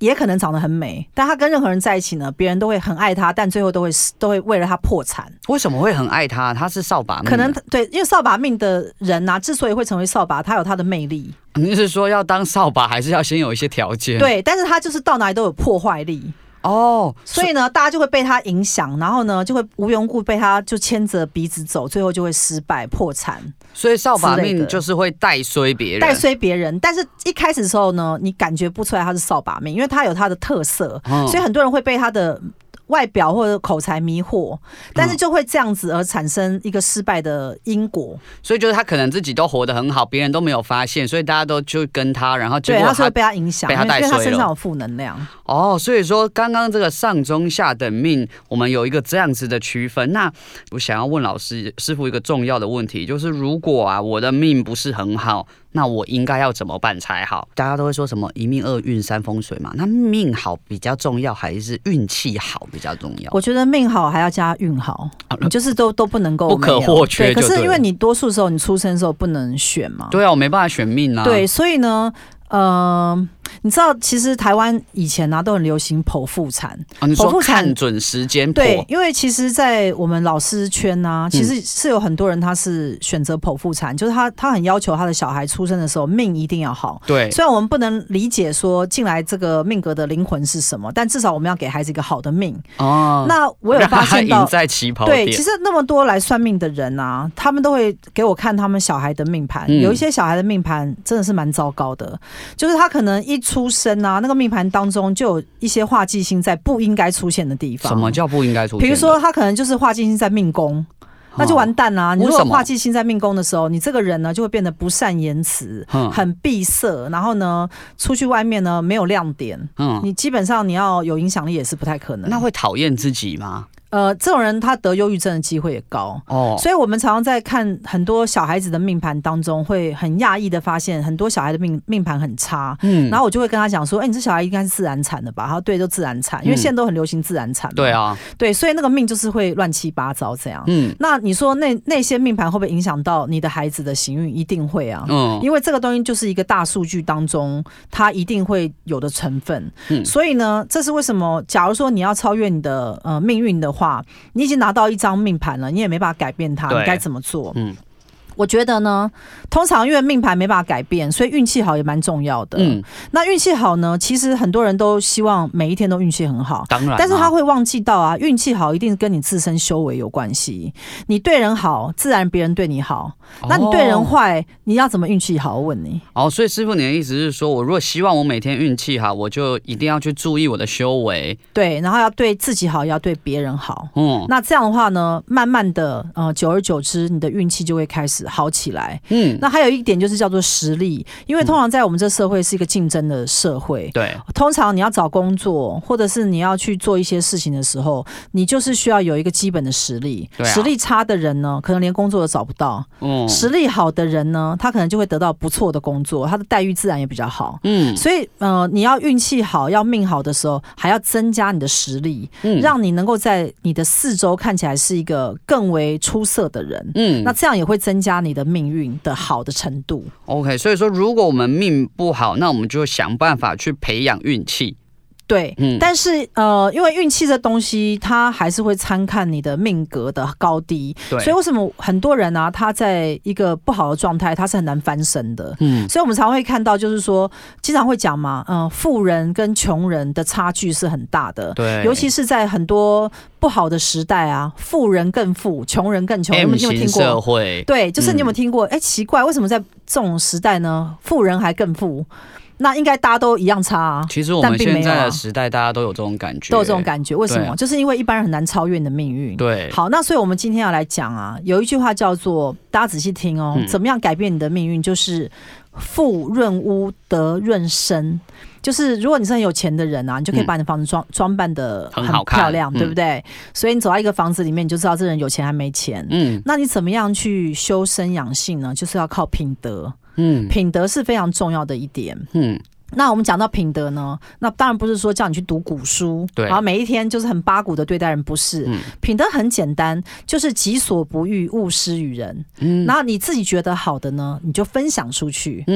S1: 也可能长得很美，但他跟任何人在一起呢，别人都会很爱他，但最后都会为了他破产。
S2: 为什么会很爱他？他是扫把命，
S1: 可能对，因为扫把命的人啊，之所以会成为扫把，他有他的魅力。
S2: 你是说要当扫把，还是要先有一些条件？
S1: 对，但是他就是到哪里都有破坏力。所以呢，大家就会被他影响，然后呢，就会无缘无故被他就牵着鼻子走，最后就会失败破产。
S2: 所以扫把命就是会带衰别人，
S1: 但是一开始的时候呢，你感觉不出来他是扫把命，因为他有他的特色，所以很多人会被他的外表或者口才迷惑，但是就会这样子而产生一个失败的因果。
S2: 所以就是他可能自己都活得很好，别人都没有发现，所以大家都就跟他，然后结果
S1: 对他是会被他影响，
S2: 被他带衰了，
S1: 因为他身上有负能量。
S2: 所以说刚刚这个上中下等命，我们有一个这样子的区分。那我想要问师傅一个重要的问题，就是如果我的命不是很好，那我应该要怎么办才好？大家都会说什么一命二运三风水嘛，那命好比较重要，还是运气好比较重要？
S1: 我觉得命好还要加运好，你就是都不能够
S2: 不可或缺。
S1: 可是因为你多数时候你出生的时候不能选嘛。
S2: 对啊，我没办法选命啊。
S1: 对，所以呢。你知道其实台湾以前都很流行剖腹产。
S2: 你说看准时间剖？
S1: 对，因为其实在我们老师圈其实是有很多人他是选择剖腹产，就是他很要求他的小孩出生的时候命一定要好。
S2: 对，
S1: 虽然我们不能理解说进来这个命格的灵魂是什么，但至少我们要给孩子一个好的命。那我有发现到，
S2: 赢在起跑点。
S1: 对，其实那么多来算命的人他们都会给我看他们小孩的命盘，有一些小孩的命盘真的是蛮糟糕的。就是他可能一出生那个命盘当中就有一些化忌星在不应该出现的地方。
S2: 什么叫不应该出现？
S1: 比如说他可能就是化忌星在命宫，那就完蛋啦。你如果化忌星在命宫的时候，你这个人呢就会变得不善言辞，很闭塞，然后呢出去外面呢没有亮点，你基本上你要有影响力也是不太可能。
S2: 那会讨厌自己吗？
S1: 这种人他得忧郁症的机会也高。所以我们常常在看很多小孩子的命盘当中，会很讶异的发现很多小孩的命盘很差。然后我就会跟他讲说，你这小孩应该是自然产的吧？他说对，就自然产，因为现在都很流行自然产嘛。
S2: 对啊，
S1: 对，所以那个命就是会乱七八糟这样。那你说那些命盘会不会影响到你的孩子的行运？一定会啊。因为这个东西就是一个大数据当中它一定会有的成分。所以呢，这是为什么假如说你要超越你的命运的话，你已经拿到一张命盘了，你也没办法改变它，你该怎么做？我觉得呢，通常因为命盘没办法改变，所以运气好也蛮重要的。那运气好呢，其实很多人都希望每一天都运气很好，
S2: 当然，
S1: 但是他会忘记到运气好一定跟你自身修为有关系。你对人好，自然别人对你好。那你对人坏，你要怎么运气好？我问你。
S2: 所以师傅，你的意思是说，我如果希望我每天运气好，我就一定要去注意我的修为。
S1: 对，然后要对自己好，要对别人好。那这样的话呢，慢慢的，久而久之，你的运气就会开始好起来。那还有一点就是叫做实力，因为通常在我们这社会是一个竞争的社会。
S2: 对，
S1: 通常你要找工作，或者是你要去做一些事情的时候，你就是需要有一个基本的实力。实力差的人呢，可能连工作都找不到。实力好的人呢，他可能就会得到不错的工作，他的待遇自然也比较好。所以你要运气好，要命好的时候，还要增加你的实力，让你能够在你的四周看起来是一个更为出色的人。那这样也会增加你的命运的好的程度。
S2: OK， 所以说如果我们命不好，那我们就想办法去培养运气。
S1: 对，但是因为运气这东西，它还是会参看你的命格的高低。对，所以为什么很多人他在一个不好的状态，他是很难翻身的。所以我们常会看到，就是说，经常会讲嘛，富人跟穷人的差距是很大的。对，尤其是在很多不好的时代富人更富，穷人更穷。你有没有听过？
S2: 社会
S1: 对，就是你有没有听过？奇怪，为什么在这种时代呢，富人还更富？那应该大家都一样差
S2: 其实我们现在的时代，大家都有这种感觉，
S1: 都有这种感觉。为什么？就是因为一般人很难超越你的命运。
S2: 对，
S1: 好，那所以我们今天要来讲有一句话叫做，大家仔细听怎么样改变你的命运？就是富润屋，德润身。就是如果你是很有钱的人你就可以把你的房子装扮得很漂亮，对不对？所以你走到一个房子里面，你就知道这人有钱还没钱。那你怎么样去修身养性呢？就是要靠品德。品德是非常重要的一点。那我们讲到品德呢，那当然不是说叫你去读古书，然后每一天就是很八股的对待人，不是。品德很简单，就是己所不欲，勿施于人。然后你自己觉得好的呢，你就分享出去。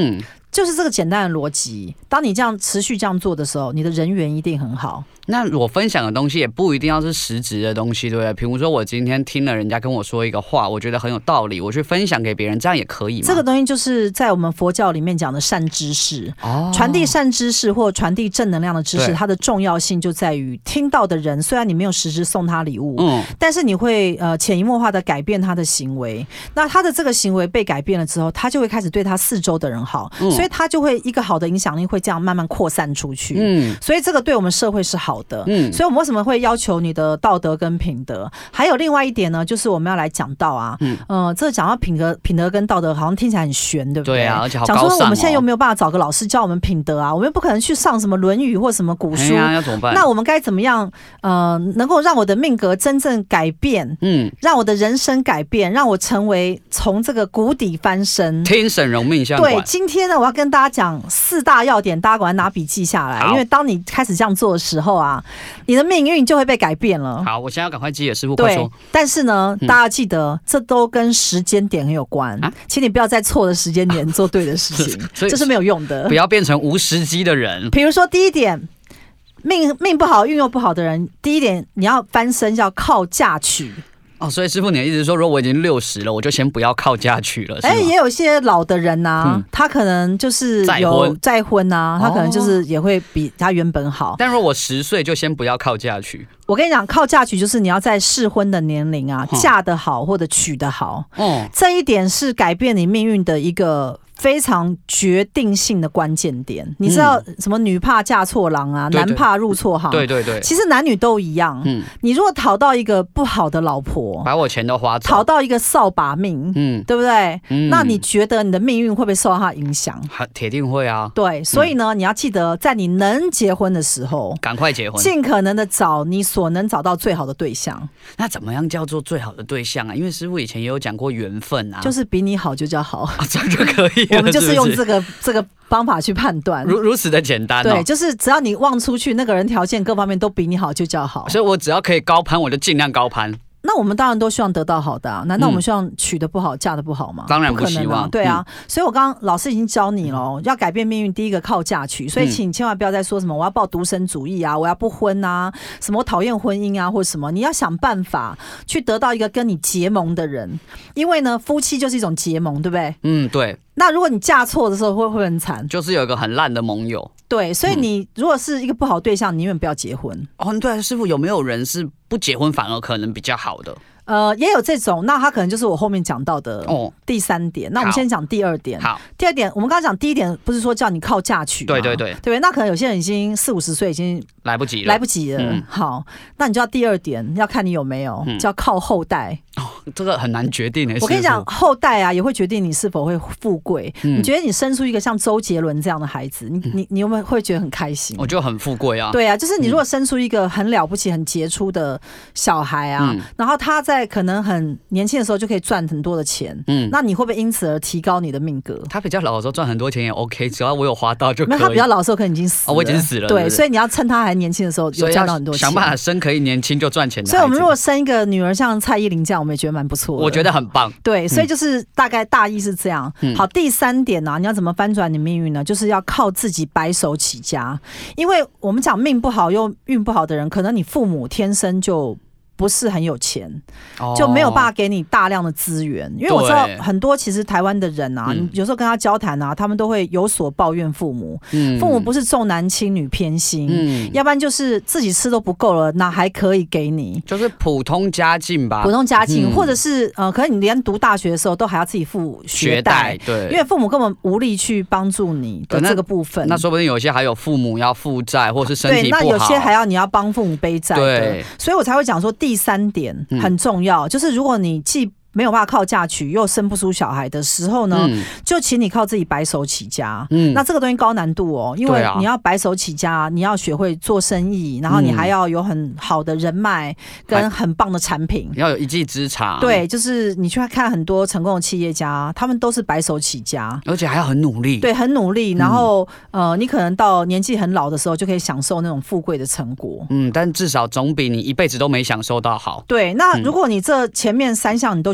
S1: 就是这个简单的逻辑。当你这样持续这样做的时候，你的人缘一定很好。
S2: 那我分享的东西也不一定要是实质的东西，对不对？比如说我今天听了人家跟我说一个话，我觉得很有道理，我去分享给别人，这样也可以吗？
S1: 这个东西就是在我们佛教里面讲的善知识，传递善知识或传递正能量的知识，它的重要性就在于听到的人，虽然你没有实质送他礼物，但是你会潜移默化的改变他的行为。那他的这个行为被改变了之后，他就会开始对他四周的人好，所以他就会一个好的影响力会这样慢慢扩散出去。所以这个对我们社会是好的。所以我们为什么会要求你的道德跟品德？还有另外一点呢，就是我们要来讲到这个讲到品德跟道德，好像听起来很玄，对不对？
S2: 对啊，而且好高尚
S1: 讲说我们现在又没有办法找个老师教我们品德啊，我们又不可能去上什么《论语》或什么古书，
S2: 要怎么办？
S1: 那我们该怎么样？能够让我的命格真正改变，让我的人生改变，让我成为从这个谷底翻身。
S2: 听沈荣命相馆。
S1: 对，今天呢，我要跟大家讲4大要点，大家赶快拿笔记下来，因为当你开始这样做的时候啊，你的命运就会被改变了。
S2: 好，我现在要赶快记了，师傅快说。
S1: 但是呢，大家记得，这都跟时间点很有关，请你不要在错的时间点做对的事情，这是没有用的。
S2: 不要变成无时机的人。
S1: 比如说，第一点，命不好、运又不好的人，第一点你要翻身，要靠嫁娶。
S2: 所以师傅，你的意思是说，如果我已经60了，我就先不要靠嫁娶了？
S1: 也有一些老的人他可能就是有再婚他可能就是也会比他原本好。
S2: 但如果我10岁就先不要靠嫁娶，
S1: 我跟你讲，靠嫁娶就是你要在适婚的年龄嫁得好或者娶得好，这一点是改变你命运的一个非常决定性的关键点。你知道什么女怕嫁错郎男怕入错行？
S2: 对，
S1: 其实男女都一样。你如果讨到一个不好的老婆，
S2: 把我钱都花走，
S1: 讨到一个扫把命，对不对？那你觉得你的命运会不会受到他的影响？
S2: 铁定会啊。
S1: 对，所以呢，你要记得，在你能结婚的时候，
S2: 赶快结婚，
S1: 尽可能的找你所能找到最好的对象。
S2: 那怎么样叫做最好的对象啊？因为师傅以前也有讲过缘分就是
S1: 比你好就叫好
S2: 这样就可以。
S1: 我们就是用这个方法去判断，
S2: 如此的简单。
S1: 对，就是只要你望出去，那个人条件各方面都比你好，就叫好。
S2: 所以我只要可以高攀，我就尽量高攀。
S1: 那我们当然都希望得到好的难道我们希望娶得不好嫁得不好吗？
S2: 当然不希望。
S1: 对啊，所以我刚刚老师已经教你了，要改变命运，第一个靠嫁娶。所以请千万不要再说什么我要抱独身主义我要不婚什么我讨厌婚姻或什么。你要想办法去得到一个跟你结盟的人，因为呢，夫妻就是一种结盟，对不对？
S2: 对。
S1: 那如果你嫁错的时候会很惨，
S2: 就是有一个很烂的盟友。
S1: 对，所以你如果是一个不好对象，你永远不要结婚。
S2: 对，师傅有没有人是不结婚反而可能比较好的？
S1: 也有这种，那他可能就是我后面讲到的第3点。那我们先讲第2点。
S2: 好，
S1: 第2点，我们刚刚讲第1点，不是说叫你靠嫁娶吗？对，那可能有些人已经40-50岁，已经来不及了。好，那你就要第2点，要看你有没有，叫靠后代。
S2: 这个很难决定。
S1: 我跟你讲，后代也会决定你是否会富贵。你觉得你生出一个像周杰伦这样的孩子，你有没有会觉得很开心？
S2: 我就很富贵啊。
S1: 对啊，就是你如果生出一个很了不起、很杰出的小孩然后他在可能很年轻的时候就可以赚很多的钱，那你会不会因此而提高你的命格？
S2: 他比较老的时候赚很多钱也 OK， 只要我有花到就可以。
S1: 那他比较老的时候可能已经死了。
S2: 我已经死了。
S1: 对，所以你要趁他还年轻的时候有赚到很多钱，
S2: 想办法生可以年轻就赚钱的孩子。
S1: 所以我们如果生一个女儿像蔡依林这样，我们也觉得蛮不错的。
S2: 我觉得很棒。
S1: 对，所以就是大概大意是这样。好，第3点你要怎么翻转你命运呢？就是要靠自己白手起家。因为我们讲命不好又运不好的人，可能你父母天生就不是很有钱，就没有办法给你大量的资源。因为我知道很多其实台湾的人你有时候跟他交谈他们都会有所抱怨父母。父母不是重男轻女偏心，要不然就是自己吃都不够了，哪还可以给你？
S2: 就是普通家境吧，
S1: 普通家境，或者是可能你连读大学的时候都还要自己付学贷。对，因为父母根本无力去帮助你的这个部分。
S2: 那说不定有些还有父母要负债，或是身体不好。
S1: 对，那有些还要你要帮父母背债。对，所以我才会讲说第3点很重要，就是如果你既没有办法靠嫁娶又生不出小孩的时候呢，就请你靠自己白手起家。那这个东西高难度因为你要白手起家，你要学会做生意，然后你还要有很好的人脉跟很棒的产品，
S2: 要有一技之长。
S1: 对，就是你去看很多成功的企业家，他们都是白手起家，
S2: 而且还要很努力。
S1: 对，很努力。然后你可能到年纪很老的时候就可以享受那种富贵的成果。但
S2: 至少总比你一辈子都没享受到好。
S1: 对，那如果你这前面3项你都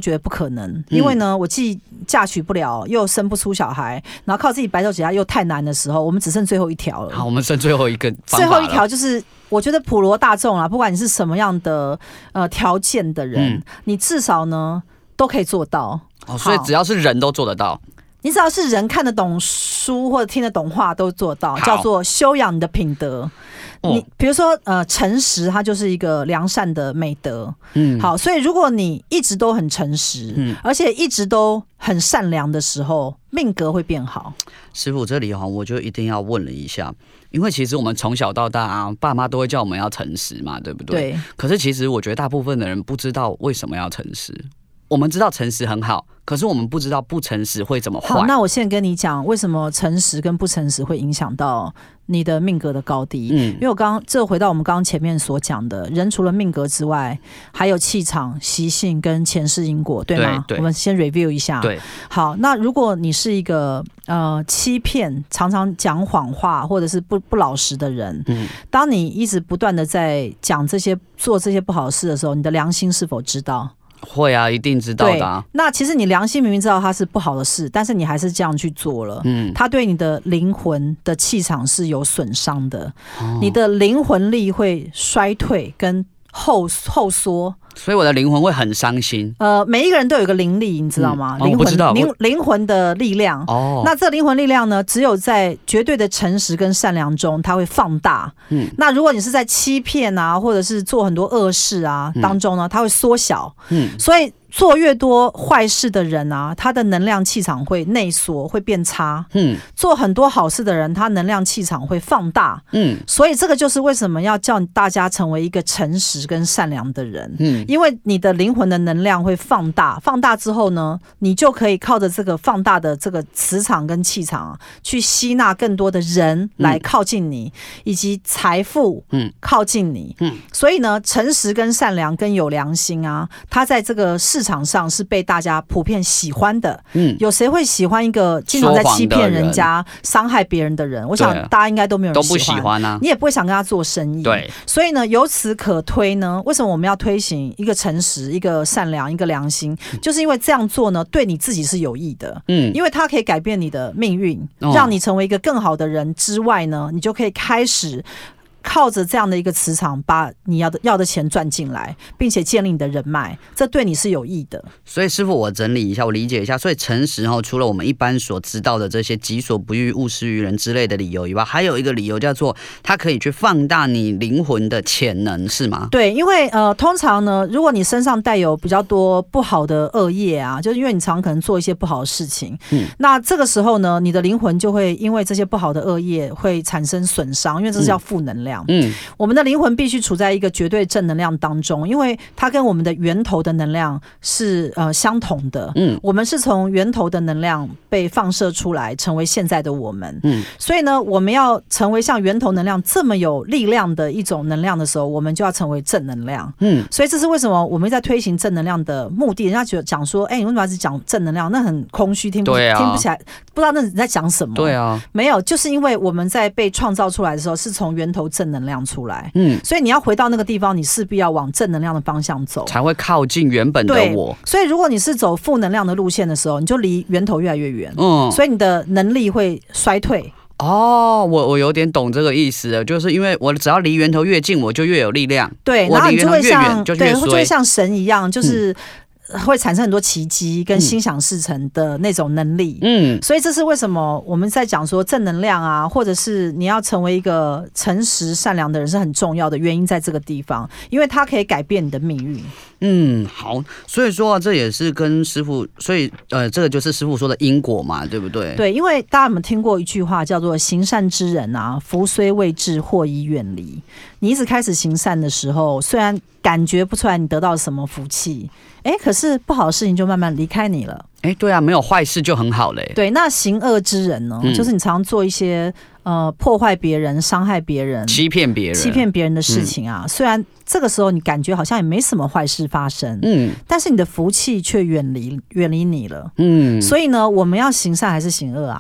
S1: 觉得不可能，因为呢，我既嫁娶不了，又生不出小孩，然后靠自己白手起家又太难的时候，我们只剩最后一条了。
S2: 好，我们剩最后一个方法了。
S1: 最后一条就是，我觉得普罗大众啊，不管你是什么样的条件的人，你至少呢都可以做到。
S2: 所以只要是人都做得到。
S1: 你只要是人看得懂书或者听得懂话都做到，叫做修养你的品德。你比如说诚实，它就是一个良善的美德。好，所以如果你一直都很诚实，而且一直都很善良的时候，命格会变好。
S2: 师父，这里我就一定要问了一下，因为其实我们从小到大爸妈都会叫我们要诚实嘛，对不对？对。可是其实我觉得大部分的人不知道为什么要诚实。我们知道诚实很好，可是我们不知道不诚实会怎么坏。
S1: 好，那我现在跟你讲，为什么诚实跟不诚实会影响到你的命格的高低。因为这回到我们刚刚前面所讲的，人除了命格之外，还有气场、习性跟前世因果，对吗？对，我们先 review 一下。对，好，那如果你是一个欺骗、常常讲谎话或者是不老实的人，当你一直不断的在讲这些、做这些不好的事的时候，你的良心是否知道？
S2: 会啊，一定知道的啊。
S1: 那其实你良心明明知道它是不好的事，但是你还是这样去做了，它对你的灵魂的气场是有损伤的，你的灵魂力会衰退跟后缩。
S2: 所以我的灵魂会很伤心。
S1: 每一个人都有一个灵力，你知道吗？
S2: 我不知道
S1: 灵魂的力量。那这灵魂力量呢，只有在绝对的诚实跟善良中，它会放大。那如果你是在欺骗啊，或者是做很多恶事啊当中呢，它会缩小。所以做越多坏事的人啊，他的能量气场会内缩，会变差。做很多好事的人，他能量气场会放大。所以这个就是为什么要叫大家成为一个诚实跟善良的人。因为你的灵魂的能量会放大，放大之后呢，你就可以靠着这个放大的这个磁场跟气场去吸纳更多的人来靠近你，以及财富靠近你。所以呢，诚实跟善良跟有良心啊，它在这个市场上是被大家普遍喜欢的。有谁会喜欢一个经常在欺骗人家、伤害别人的人？我想大家应该都没有人
S2: 喜欢啊，
S1: 你也不会想跟他做生意。对，所以呢，由此可推呢，为什么我们要推行一个诚实、一个善良、一个良心？就是因为这样做呢，对你自己是有益的。因为它可以改变你的命运，让你成为一个更好的人之外呢，你就可以开始靠着这样的一个磁场，把你要的钱赚进来，并且建立你的人脉，这对你是有益的。
S2: 所以师父，我整理一下，我理解一下。所以诚实除了我们一般所知道的这些己所不欲，勿施于人之类的理由以外，还有一个理由叫做它可以去放大你灵魂的潜能，是吗？
S1: 对，因为通常呢，如果你身上带有比较多不好的恶业啊，就是因为你常可能做一些不好的事情，那这个时候呢，你的灵魂就会因为这些不好的恶业会产生损伤，因为这是叫负能量。我们的灵魂必须处在一个绝对正能量当中，因为它跟我们的源头的能量是相同的。我们是从源头的能量被放射出来，成为现在的我们。所以呢，我们要成为像源头能量这么有力量的一种能量的时候，我们就要成为正能量。所以这是为什么我们在推行正能量的目的。人家讲说，你为什么要只讲正能量？那很空虚，听不起来，不知道那你在讲什么。对啊，没有，就是因为我们在被创造出来的时候，是从源头正能量出来。所以你要回到那个地方，你势必要往正能量的方向走，
S2: 才会靠近原本的我。
S1: 所以如果你是走负能量的路线的时候，你就离源头越来越远。所以你的能力会衰退。
S2: 我有点懂这个意思了，就是因为我只要离源头越近，我就越有力量。
S1: 对，然后你就会像神一样，就是会产生很多奇迹跟心想事成的那种能力。所以这是为什么我们在讲说正能量啊，或者是你要成为一个诚实善良的人是很重要的原因，在这个地方，因为它可以改变你的命运。
S2: 好，所以说这也是跟师父，所以这个就是师父说的因果嘛，对不对？
S1: 对，因为大家有没有听过一句话叫做行善之人啊，福虽未至，祸已远离。你一直开始行善的时候，虽然感觉不出来你得到什么福气，可是不好的事情就慢慢离开你了。
S2: 对啊，没有坏事就很好嘞。
S1: 对，那行恶之人呢，就是你常做一些破坏别人、伤害别人、
S2: 欺骗别人
S1: 的事情啊。虽然这个时候你感觉好像也没什么坏事发生，但是你的福气却远离你了。所以呢，我们要行善还是行恶啊？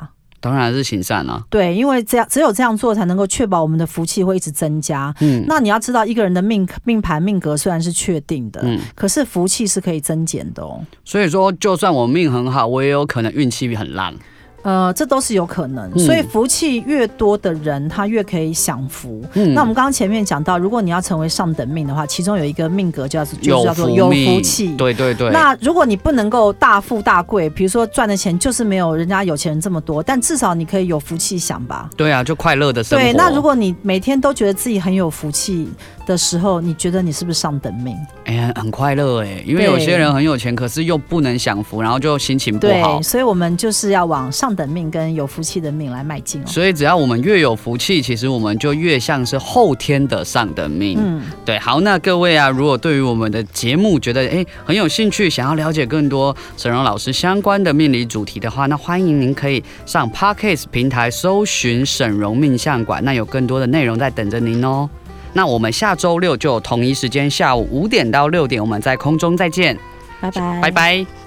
S2: 当然是行善啊。
S1: 对，因为只有这样做才能够确保我们的福气会一直增加。那你要知道，一个人的命盘命格虽然是确定的，可是福气是可以增减的哦。
S2: 所以说，就算我命很好，我也有可能运气很烂。
S1: 这都是有可能，所以福气越多的人，他越可以享福。那我们刚刚前面讲到，如果你要成为上等命的话，其中有一个命格就是叫做有福气。
S2: 对对对。
S1: 那如果你不能够大富大贵，比如说赚的钱就是没有人家有钱人这么多，但至少你可以有福气享吧。
S2: 对啊，就快乐的生活。
S1: 对，那如果你每天都觉得自己很有福气的时候，你觉得你是不是上等命？
S2: 很快乐因为有些人很有钱，可是又不能享福，然后就心情不好。
S1: 对，所以我们就是要往上等命跟有福气的命来迈进哦。
S2: 所以只要我们越有福气，其实我们就越像是后天的上等命。对，好，那各位啊，如果对于我们的节目觉得很有兴趣，想要了解更多沈嶸老师相关的命理主题的话，那欢迎您可以上 Podcast 平台搜寻沈嶸命相馆，那有更多的内容在等着您哦。那我们下周六就同一时间下午5点到6点，我们在空中再见，
S1: 拜拜，
S2: 拜拜。